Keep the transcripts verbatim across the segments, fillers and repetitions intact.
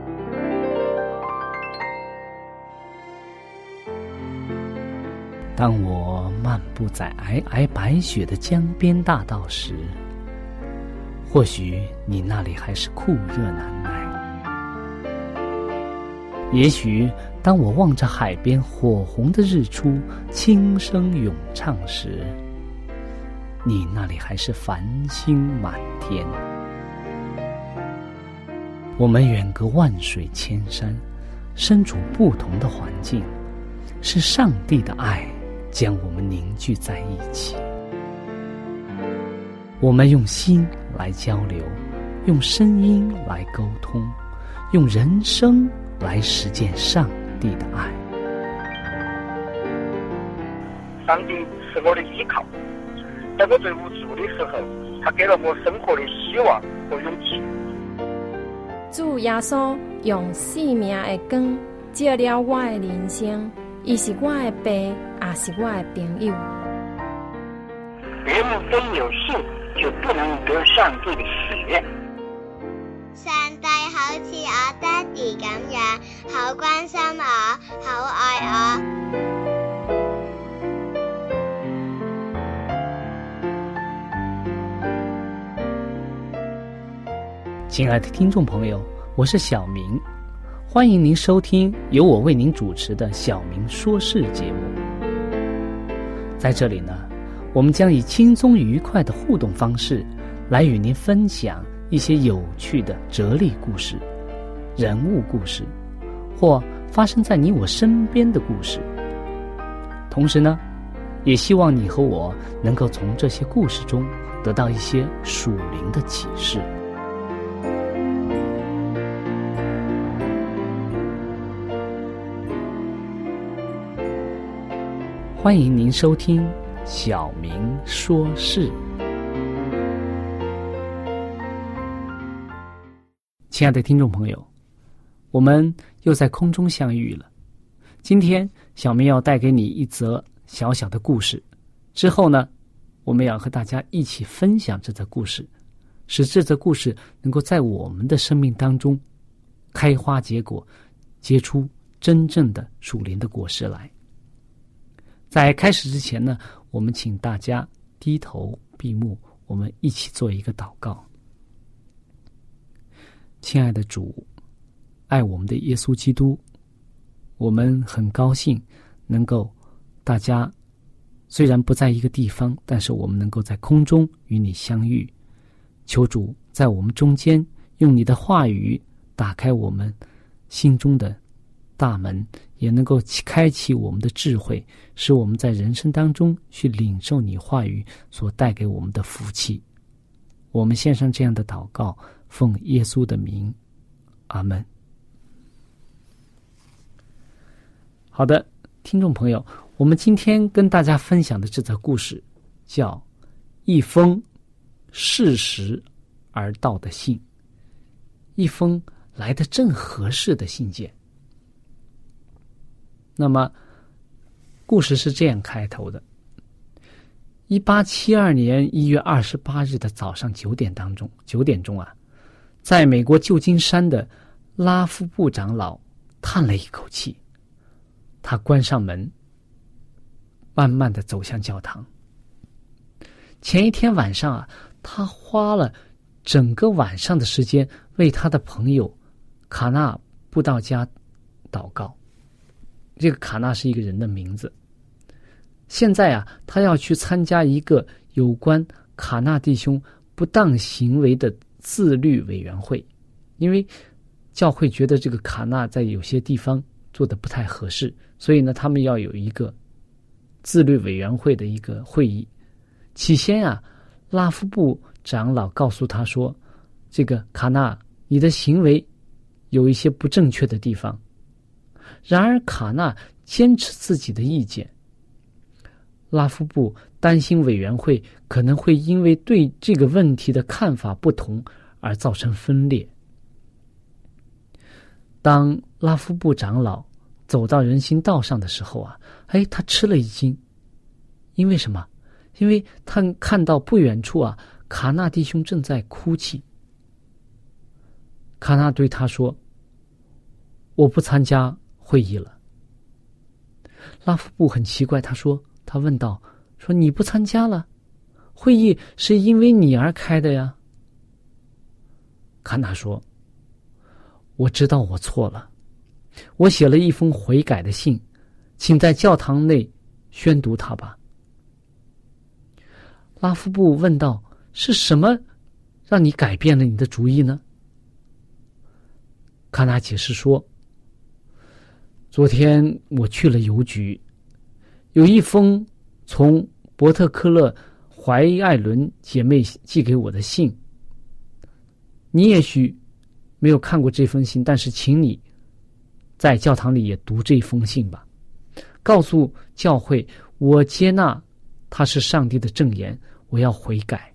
当我漫步在皑皑白雪的江边大道时，或许你那里还是酷热难耐。也许当我望着海边火红的日出轻声咏唱时，你那里还是繁星满天。我们远隔万水千山，身处不同的环境，是上帝的爱将我们凝聚在一起。我们用心来交流，用声音来沟通，用人生来实践上帝的爱。 上帝是我的依靠，在我最无助的时候，他给了我生活的希望和勇气。 主耶稣用生命的光照了我的人生，伊是我的爸，也是我的朋友。 人们非有信，就不能得上帝的喜悦。 上帝好似我爹哋咁樣，好關心我，好愛我。 亲爱的听众朋友，我是小明，欢迎您收听由我为您主持的小明说事节目。在这里呢，我们将以轻松愉快的互动方式来与您分享一些有趣的哲理故事、人物故事，或发生在你我身边的故事。同时呢，也希望你和我能够从这些故事中得到一些属灵的启示。欢迎您收听小明说事。亲爱的听众朋友，我们又在空中相遇了。今天小明要带给你一则小小的故事，之后呢，我们要和大家一起分享这则故事，使这则故事能够在我们的生命当中开花结果，结出真正的属灵的果实来。在开始之前呢，我们请大家低头闭目，我们一起做一个祷告。亲爱的主，爱我们的耶稣基督，我们很高兴能够大家虽然不在一个地方，但是我们能够在空中与你相遇。求主在我们中间用你的话语打开我们心中的大门，也能够开启我们的智慧，使我们在人生当中去领受你话语所带给我们的福气。我们献上这样的祷告，奉耶稣的名，阿们。好的，听众朋友，我们今天跟大家分享的这则故事叫一封适时而到的信，一封来得正合适的信件。那么故事是这样开头的：一八七二年一月二十八日的早上九点当中，九点钟啊，在美国旧金山的拉夫布长老叹了一口气，他关上门，慢慢地走向教堂。前一天晚上啊，他花了整个晚上的时间为他的朋友卡纳布道家祷告。这个卡纳是一个人的名字。现在啊，他要去参加一个有关卡纳弟兄不当行为的自律委员会，因为教会觉得这个卡纳在有些地方做得不太合适，所以呢，他们要有一个自律委员会的一个会议。起先啊，拉夫布长老告诉他说，这个卡纳，你的行为有一些不正确的地方。然而卡纳坚持自己的意见，拉夫布担心委员会可能会因为对这个问题的看法不同而造成分裂。当拉夫布长老走到人行道上的时候啊，哎，他吃了一惊。因为什么？因为他看到不远处啊，卡纳弟兄正在哭泣。卡纳对他说， 我不参加会议了。拉夫布很奇怪，他说，他问道，说你不参加了？会议是因为你而开的呀。卡纳说，我知道我错了，我写了一封悔改的信，请在教堂内宣读它吧。拉夫布问道，是什么让你改变了你的主意呢？卡纳解释说，昨天我去了邮局，有一封从伯特克勒怀艾伦姐妹寄给我的信，你也许没有看过这封信，但是请你在教堂里也读这封信吧，告诉教会我接纳它是上帝的证言，我要悔改。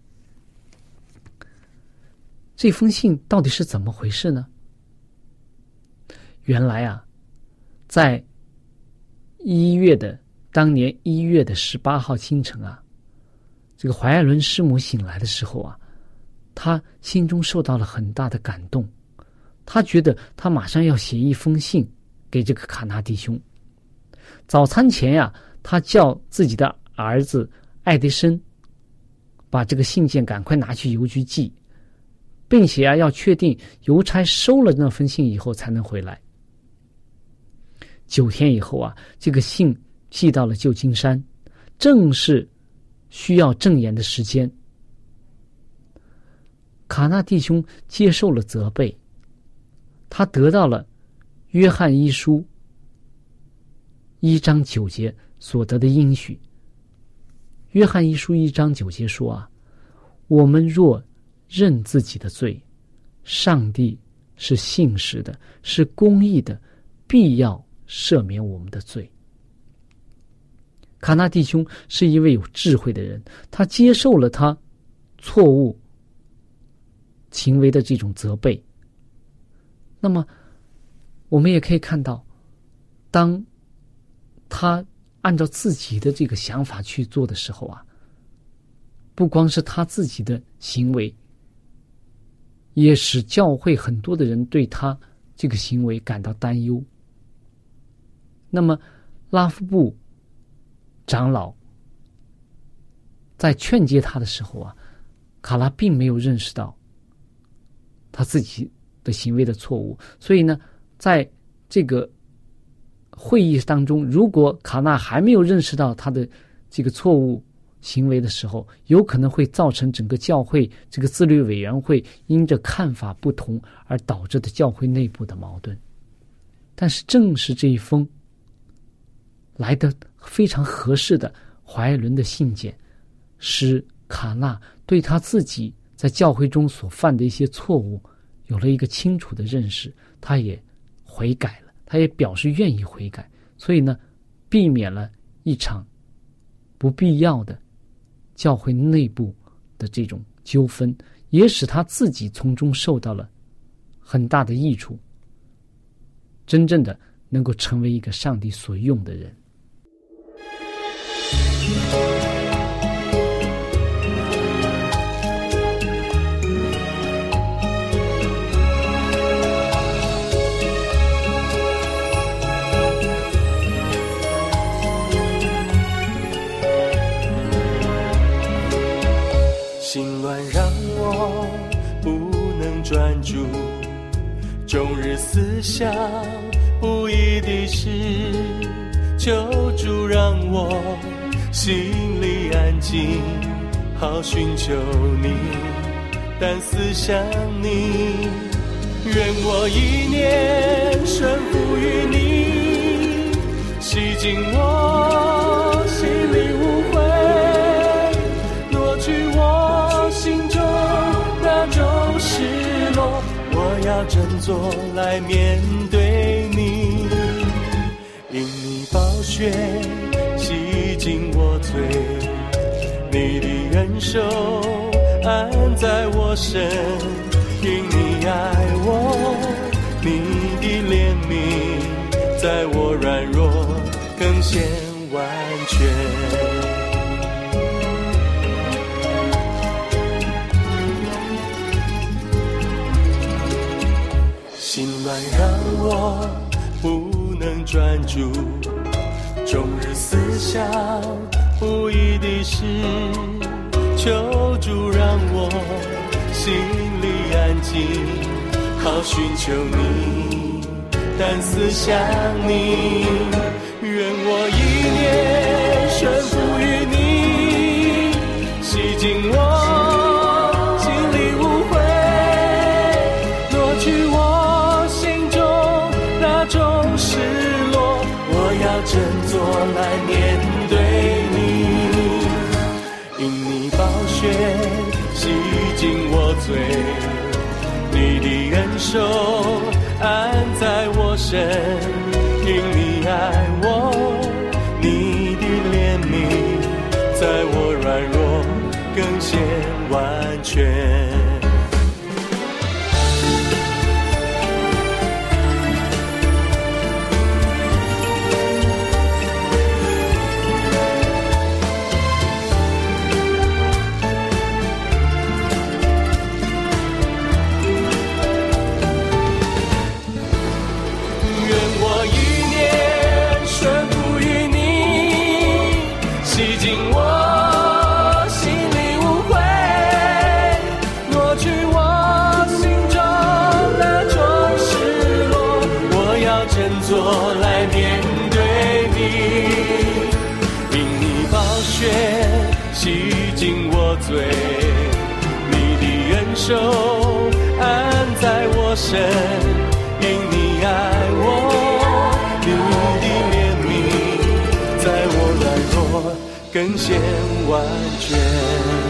这封信到底是怎么回事呢？原来啊，在一月的当年一月的十八号清晨啊，这个怀艾伦师母醒来的时候啊，她心中受到了很大的感动，她觉得她马上要写一封信给这个卡纳弟兄。早餐前呀、啊，她叫自己的儿子爱迪生把这个信件赶快拿去邮局寄，并且啊要确定邮差收了那封信以后才能回来。九天以后啊，这个信寄到了旧金山，正是需要证言的时间。卡纳弟兄接受了责备，他得到了约翰一书一章九节所得的应许。约翰一书一章九节说啊，我们若认自己的罪，上帝是信实的，是公义的，必要赦免我们的罪。卡纳弟兄是一位有智慧的人，他接受了他错误行为的这种责备。那么我们也可以看到，当他按照自己的这个想法去做的时候啊，不光是他自己的行为，也使教会很多的人对他这个行为感到担忧。那么拉夫布长老在劝诫他的时候啊，卡拉并没有认识到他自己的行为的错误，所以呢，在这个会议当中，如果卡纳还没有认识到他的这个错误行为的时候，有可能会造成整个教会这个自律委员会因着看法不同而导致的教会内部的矛盾。但是正是这一封来得非常合适的怀艾伦的信件，使卡纳对他自己在教会中所犯的一些错误有了一个清楚的认识，他也悔改了，他也表示愿意悔改，所以呢，避免了一场不必要的教会内部的这种纠纷，也使他自己从中受到了很大的益处，真正的能够成为一个上帝所用的人。 心乱让我不能专注，终日思想不义的事，求主让我心里安静，好寻求你，但思想你，愿我一念顺服于你，洗净我心里污秽，挪去我心中那种失落，我要振作来面对你，因你宝血洗净我罪，你的恩手安在我身，因你爱我，你的怜悯在我软弱更显完全。心乱让我不能专注，终日思想不义的事，求主让我心里安静，好寻求你，但思想你，愿我一念顺服于你，洗净我心里污秽，挪去我心中那种失落，我要振作来面对你，因你宝血洗净我罪，你的恩手安在我身，因你爱我，你的怜悯在我软弱更显完全。做来面对你，因你宝血洗净我罪，你的恩手安在我身，因你爱我，你的怜悯在我软弱更显完全。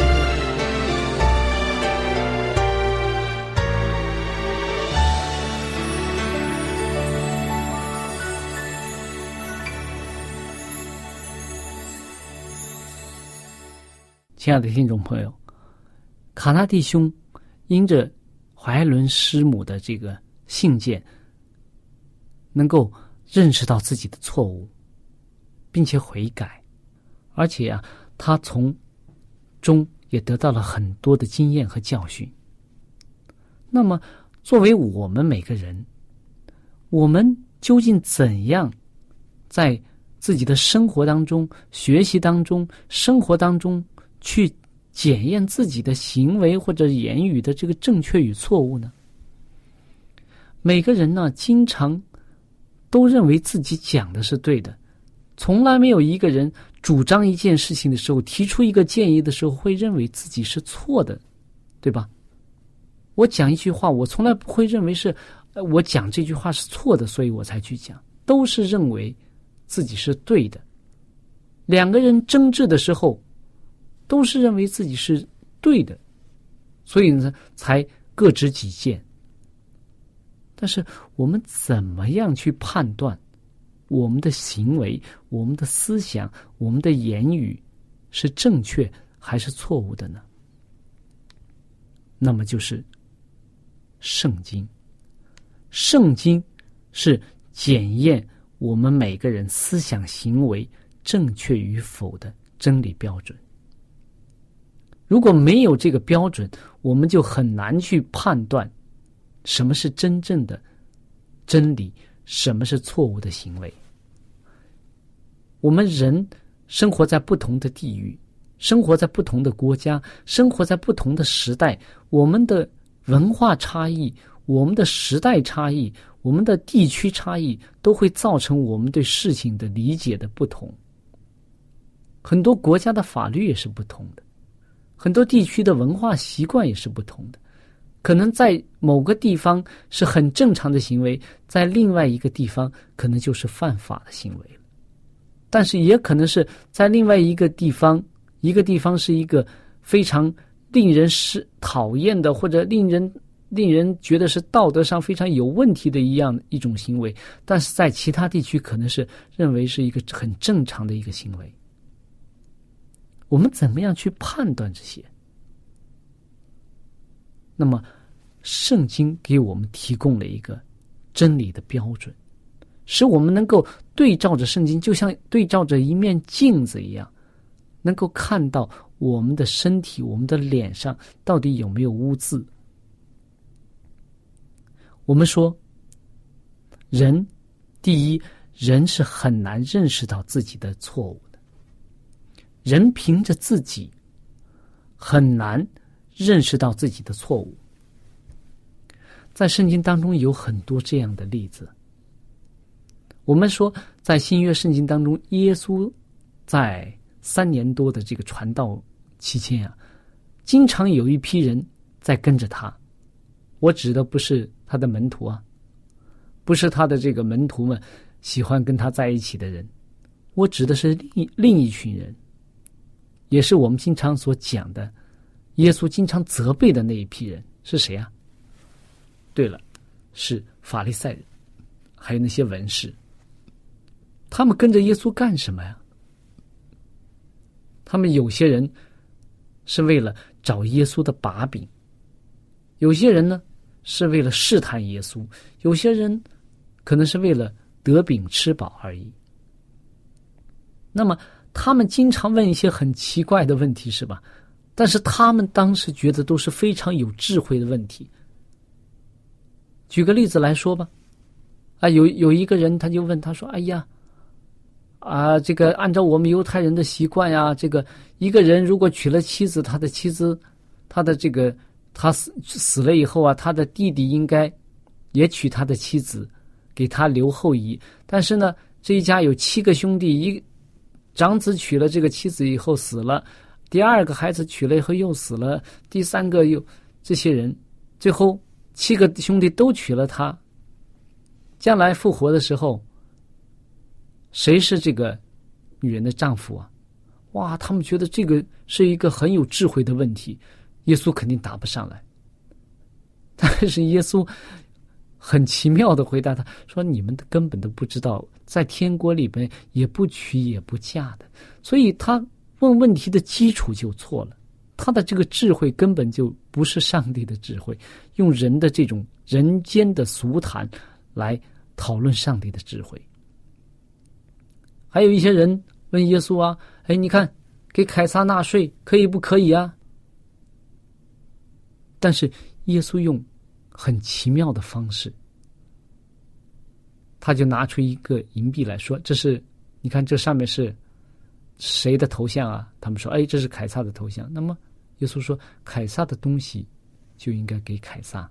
亲爱的听众朋友，卡纳弟兄因着怀伦师母的这个信件，能够认识到自己的错误，并且悔改，而且啊，他从中也得到了很多的经验和教训。那么，作为我们每个人，我们究竟怎样在自己的生活当中、学习当中、生活当中去检验自己的行为或者言语的这个正确与错误呢？每个人呢，经常都认为自己讲的是对的，从来没有一个人主张一件事情的时候，提出一个建议的时候，会认为自己是错的，对吧？我讲一句话，我从来不会认为是呃，我讲这句话是错的，所以我才去讲，都是认为自己是对的。两个人争执的时候，都是认为自己是对的，所以呢，才各执己见。但是我们怎么样去判断我们的行为、我们的思想、我们的言语是正确还是错误的呢？那么就是圣经。圣经是检验我们每个人思想行为正确与否的真理标准。如果没有这个标准，我们就很难去判断什么是真正的真理，什么是错误的行为。我们人生活在不同的地域，生活在不同的国家，生活在不同的时代，我们的文化差异，我们的时代差异，我们的地区差异，都会造成我们对事情的理解的不同。很多国家的法律也是不同的，很多地区的文化习惯也是不同的，可能在某个地方是很正常的行为，在另外一个地方可能就是犯法的行为了。但是也可能是在另外一个地方，一个地方是一个非常令人是讨厌的，或者令人令人觉得是道德上非常有问题的一样一种行为，但是在其他地区可能是认为是一个很正常的一个行为。我们怎么样去判断这些？那么圣经给我们提供了一个真理的标准，使我们能够对照着圣经，就像对照着一面镜子一样，能够看到我们的身体，我们的脸上到底有没有污渍。 我们说，人第一，人是很难认识到自己的错误的，人凭着自己很难认识到自己的错误。在圣经当中有很多这样的例子。我们说，在新约圣经当中，耶稣在三年多的这个传道期间啊，经常有一批人在跟着他。我指的不是他的门徒啊，不是他的这个门徒们喜欢跟他在一起的人，我指的是另一另一群人，也是我们经常所讲的，耶稣经常责备的那一批人是谁啊？对了，是法利赛人，还有那些文士。他们跟着耶稣干什么呀？他们有些人是为了找耶稣的把柄，有些人呢是为了试探耶稣，有些人可能是为了得饼吃饱而已。那么他们经常问一些很奇怪的问题，是吧？但是他们当时觉得都是非常有智慧的问题。举个例子来说吧，啊，有有一个人他就问他说：“哎呀，啊，这个按照我们犹太人的习惯呀，这个一个人如果娶了妻子，他的妻子，他的这个他死死了以后啊，他的弟弟应该也娶他的妻子，给他留后裔。但是呢，这一家有七个兄弟，一长子娶了这个妻子以后死了，第二个孩子娶了以后又死了，第三个又这些人，最后七个兄弟都娶了他。将来复活的时候，谁是这个女人的丈夫啊？哇，他们觉得这个是一个很有智慧的问题，耶稣肯定答不上来。但是耶稣很奇妙的回答他说：“你们根本都不知道，在天国里边也不娶也不嫁的。”所以他问问题的基础就错了，他的这个智慧根本就不是上帝的智慧，用人的这种人间的俗谈来讨论上帝的智慧。还有一些人问耶稣啊，哎，你看给凯撒纳税可以不可以啊？但是耶稣用很奇妙的方式，他就拿出一个银币来说，这是，你看这上面是谁的头像啊？他们说，哎，这是凯撒的头像。那么耶稣说，凯撒的东西就应该给凯撒，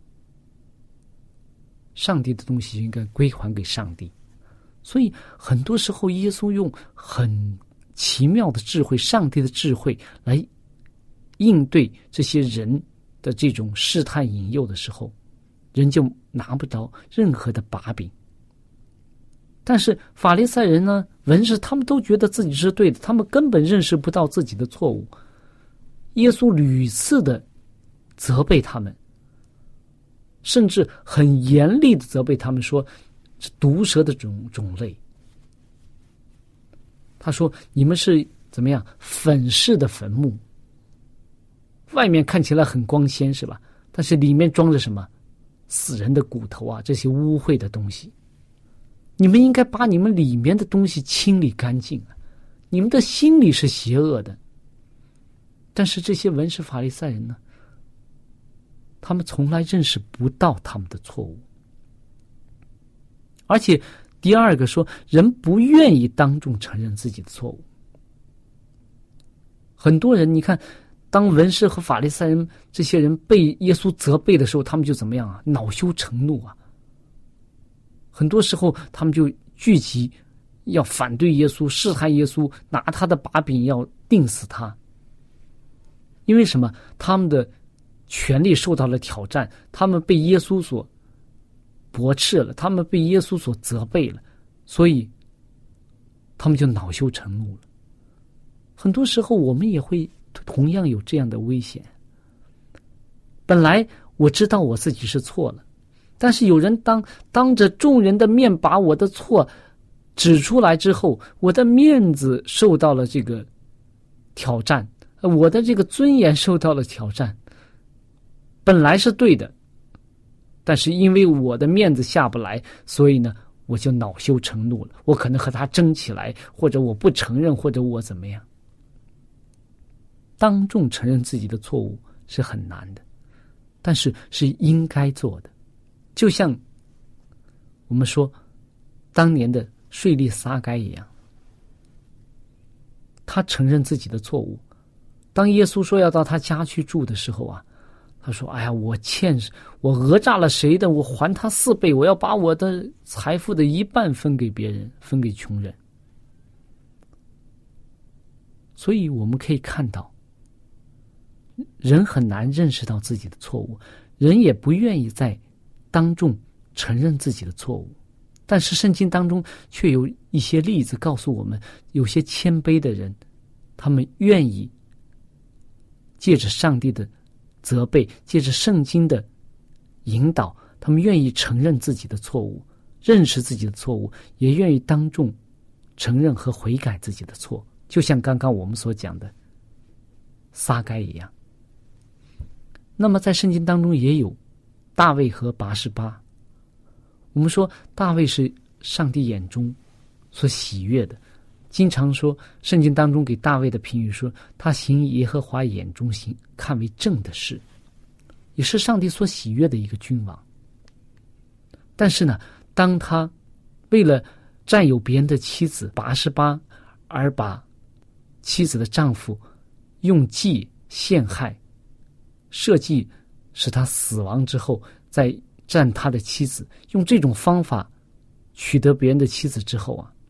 上帝的东西就应该归还给上帝。所以很多时候耶稣用很奇妙的智慧，上帝的智慧来应对这些人的这种试探引诱的时候，人就拿不着任何的把柄。但是法利赛人呢，文士，他们都觉得自己是对的，他们根本认识不到自己的错误。耶稣屡次的责备他们，甚至很严厉的责备他们，说是毒蛇的种种类。他说，你们是怎么样粉饰的坟墓，外面看起来很光鲜，是吧？但是里面装着什么？死人的骨头啊，这些污秽的东西。你们应该把你们里面的东西清理干净啊！你们的心里是邪恶的。但是这些文士法利赛人呢，他们从来认识不到他们的错误。而且第二个说，人不愿意当众承认自己的错误。很多人你看，当文士和法利赛人这些人被耶稣责备的时候，他们就怎么样啊？恼羞成怒啊！很多时候他们就聚集要反对耶稣，试探耶稣，拿他的把柄要定死他。因为什么？他们的权力受到了挑战，他们被耶稣所驳斥了，他们被耶稣所责备了，所以他们就恼羞成怒了。很多时候我们也会同样有这样的危险。本来我知道我自己是错了，但是有人当当着众人的面把我的错指出来之后，我的面子受到了这个挑战，我的这个尊严受到了挑战。本来是对的，但是因为我的面子下不来，所以呢，我就恼羞成怒了。我可能和他争起来，或者我不承认，或者我怎么样。当众承认自己的错误是很难的，但是是应该做的。就像我们说当年的税吏撒该一样，他承认自己的错误。当耶稣说要到他家去住的时候啊，他说：“哎呀，我欠，我讹诈了谁的，我还他四倍，我要把我的财富的一半分给别人，分给穷人。”所以我们可以看到，人很难认识到自己的错误，人也不愿意在当众承认自己的错误。但是圣经当中却有一些例子告诉我们，有些谦卑的人，他们愿意借着上帝的责备，借着圣经的引导，他们愿意承认自己的错误，认识自己的错误，也愿意当众承认和悔改自己的错，就像刚刚我们所讲的撒该一样。那么在圣经当中也有大卫和拔示巴。我们说大卫是上帝眼中所喜悦的，经常说圣经当中给大卫的评语说，他行耶和华眼中行看为正的事，也是上帝所喜悦的一个君王。但是呢，当他为了占有别人的妻子拔示巴而把妻子的丈夫用计陷害，设计使他死亡之后再占他的妻子，用这种方法取得别人的妻子之后啊，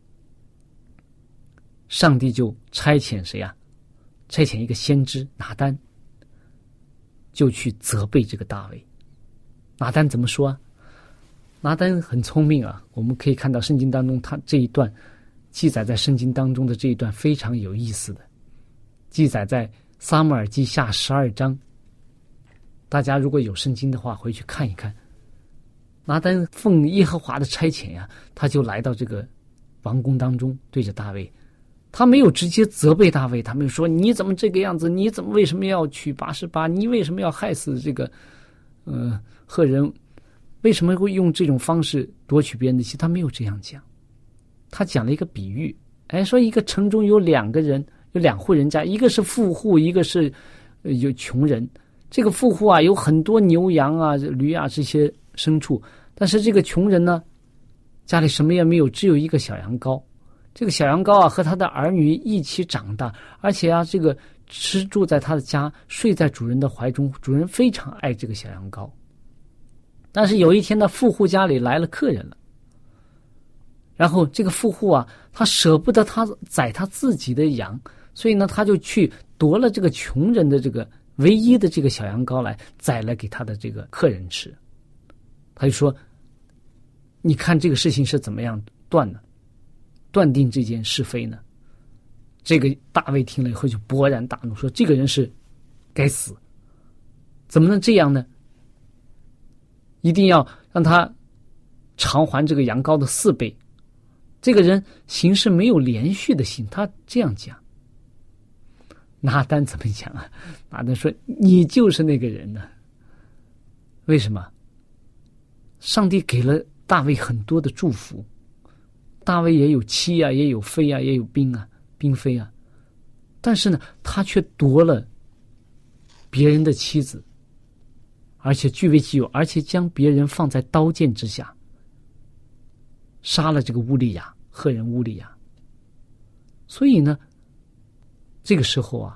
上帝就差遣谁啊？差遣一个先知拿单，就去责备这个大卫。拿单怎么说啊？拿单很聪明啊，我们可以看到圣经当中他这一段记载在圣经当中的这一段非常有意思的，记载在撒母耳记下十二章。大家如果有圣经的话，回去看一看。拿单奉耶和华的差遣呀、啊，他就来到这个王宫当中，对着大卫，他没有直接责备大卫，他没有说你怎么这个样子，你怎么为什么要娶拔示巴，你为什么要害死这个呃赫人，为什么会用这种方式夺取别人的妻，他没有这样讲。他讲了一个比喻，哎，说一个城中有两个人，有两户人家，一个是富户，一个是、呃、有穷人。这个富户啊有很多牛羊啊驴啊这些牲畜，但是这个穷人呢家里什么也没有，只有一个小羊羔。这个小羊羔啊和他的儿女一起长大，而且啊这个吃住在他的家，睡在主人的怀中，主人非常爱这个小羊羔。但是有一天呢，富户家里来了客人了，然后这个富户啊他舍不得他宰他自己的羊，所以呢他就去夺了这个穷人的这个唯一的这个小羊羔来宰来给他的这个客人吃。他就说，你看这个事情是怎么样断的，断定这件是非呢？这个大卫听了以后就勃然大怒，说这个人是该死，怎么能这样呢？一定要让他偿还这个羊羔的四倍。这个人行事没有连续的心，他这样讲。拿单怎么讲啊？拿单说你就是那个人呢。为什么？上帝给了大卫很多的祝福，大卫也有妻啊，也有妃啊，也有兵啊，嫔妃啊，但是呢他却夺了别人的妻子，而且据为己有，而且将别人放在刀剑之下，杀了这个乌利亚，赫人乌利亚。所以呢这个时候啊，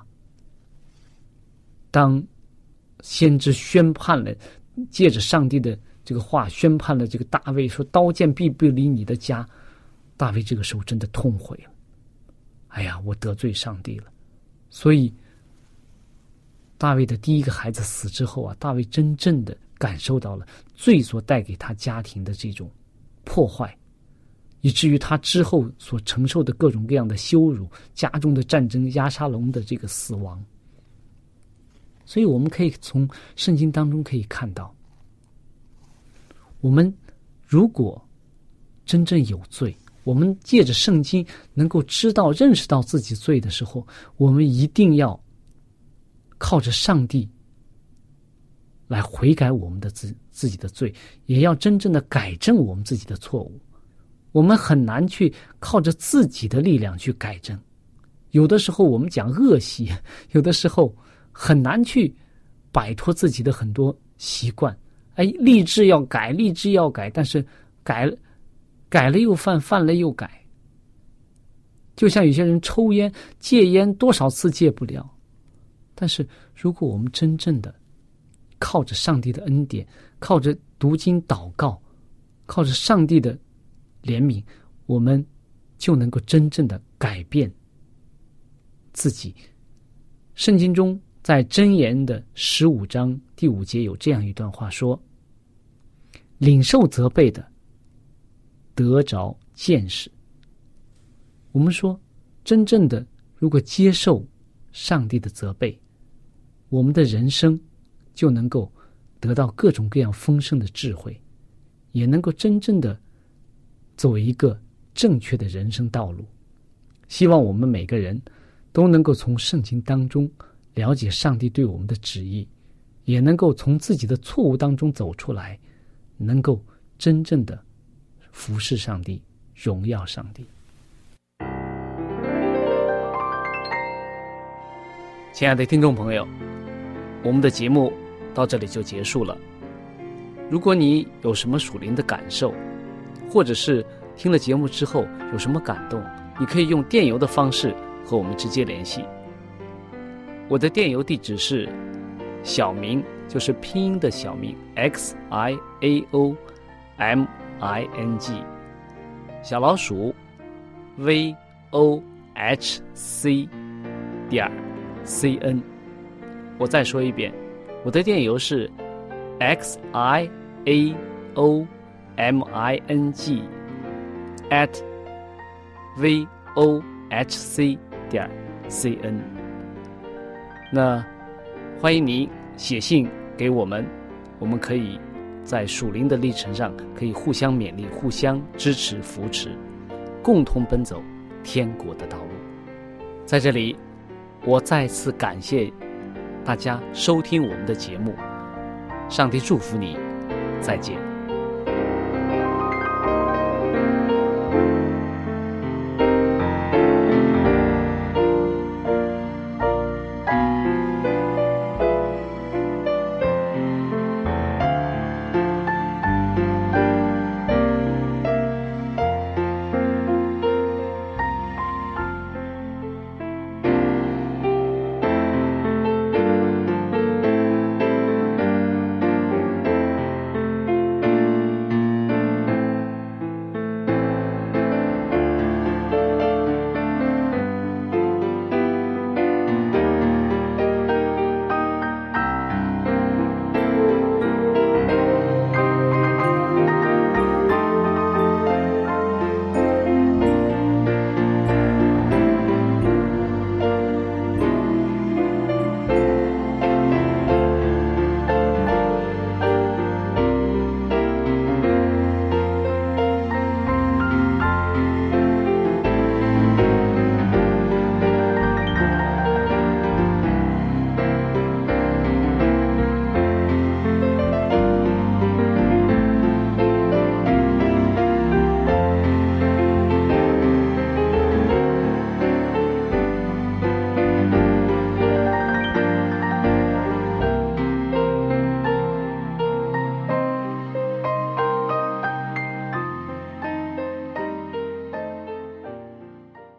当先知宣判了，借着上帝的这个话宣判了这个大卫，说刀剑必不离你的家。大卫这个时候真的痛悔了，哎呀，我得罪上帝了。所以大卫的第一个孩子死之后啊，大卫真正的感受到了罪所带给他家庭的这种破坏，以至于他之后所承受的各种各样的羞辱，家中的战争，押沙龙的这个死亡。所以我们可以从圣经当中可以看到，我们如果真正有罪，我们借着圣经能够知道认识到自己罪的时候，我们一定要靠着上帝来悔改我们的自自己的罪，也要真正的改正我们自己的错误。我们很难去靠着自己的力量去改正，有的时候我们讲恶习，有的时候很难去摆脱自己的很多习惯。哎，立志要改，立志要改，但是改改了又犯，犯了又改。就像有些人抽烟，戒烟多少次戒不了。但是如果我们真正的靠着上帝的恩典，靠着读经祷告，靠着上帝的怜悯，我们就能够真正的改变自己。圣经中在箴言的十五章第五节有这样一段话说，领受责备的得着见识。我们说真正的如果接受上帝的责备，我们的人生就能够得到各种各样丰盛的智慧，也能够真正的走一个正确的人生道路。希望我们每个人都能够从圣经当中了解上帝对我们的旨意，也能够从自己的错误当中走出来，能够真正的服侍上帝，荣耀上帝。亲爱的听众朋友，我们的节目到这里就结束了。如果你有什么属灵的感受，或者是听了节目之后有什么感动，你可以用电邮的方式和我们直接联系。我的电邮地址是小明，就是拼音的小明 X I A O M I N G 小老鼠 V O H C 点 C N。 我再说一遍，我的电邮是 X I A O M I N G at V O H C 点 C N。 那欢迎您写信给我们，我们可以在属灵的历程上可以互相勉励，互相支持扶持，共同奔走天国的道路。在这里我再次感谢大家收听我们的节目，上帝祝福你，再见。